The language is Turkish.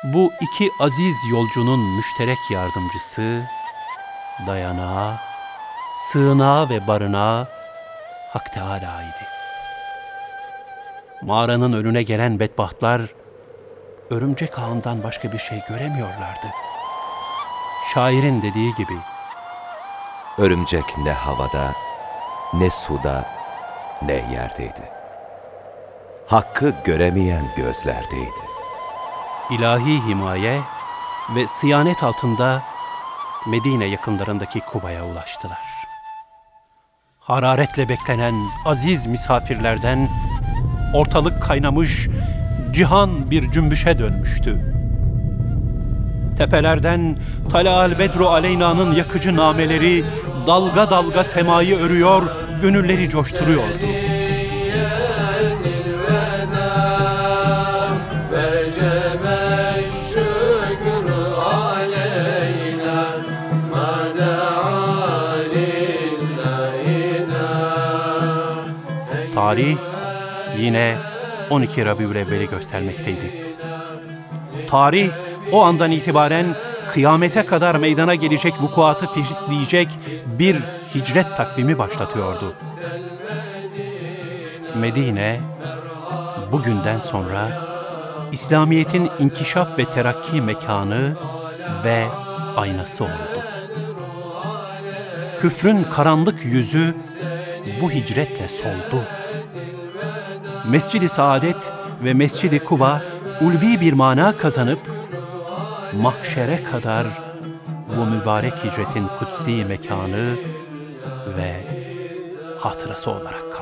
bu iki aziz yolcunun müşterek yardımcısı, dayanağı, sığınağı ve barınağı Hak Teâlâ idi. Mağaranın önüne gelen bedbahtlar, örümcek ağından başka bir şey göremiyorlardı. Şairin dediği gibi, örümcek ne havada, ne suda, ne yerdeydi. Hakkı göremeyen gözlerdeydi. ilahi himaye ve sıyanet altında Medine yakınlarındaki Kuba'ya ulaştılar. Hararetle beklenen aziz misafirlerden ortalık kaynamış, cihan bir cümbüşe dönmüştü. Tepelerden Tala'al Bedru Aleyna'nın yakıcı nameleri dalga dalga semayı örüyor, gönülleri coşturuyordu. Tarih yine 12 Rabiülevvel'i göstermekteydi. Tarih o andan itibaren kıyamete kadar meydana gelecek vukuatı fihrisleyecek bir hicret takvimi başlatıyordu. Medine bugünden sonra İslamiyet'in inkişaf ve terakki mekanı ve aynası oldu. Küfrün karanlık yüzü bu hicretle soldu. Mescid-i Saadet ve Mescid-i Kuba ulvi bir mana kazanıp mahşere kadar bu mübarek hicretin kutsi mekanı ve hatırası olarak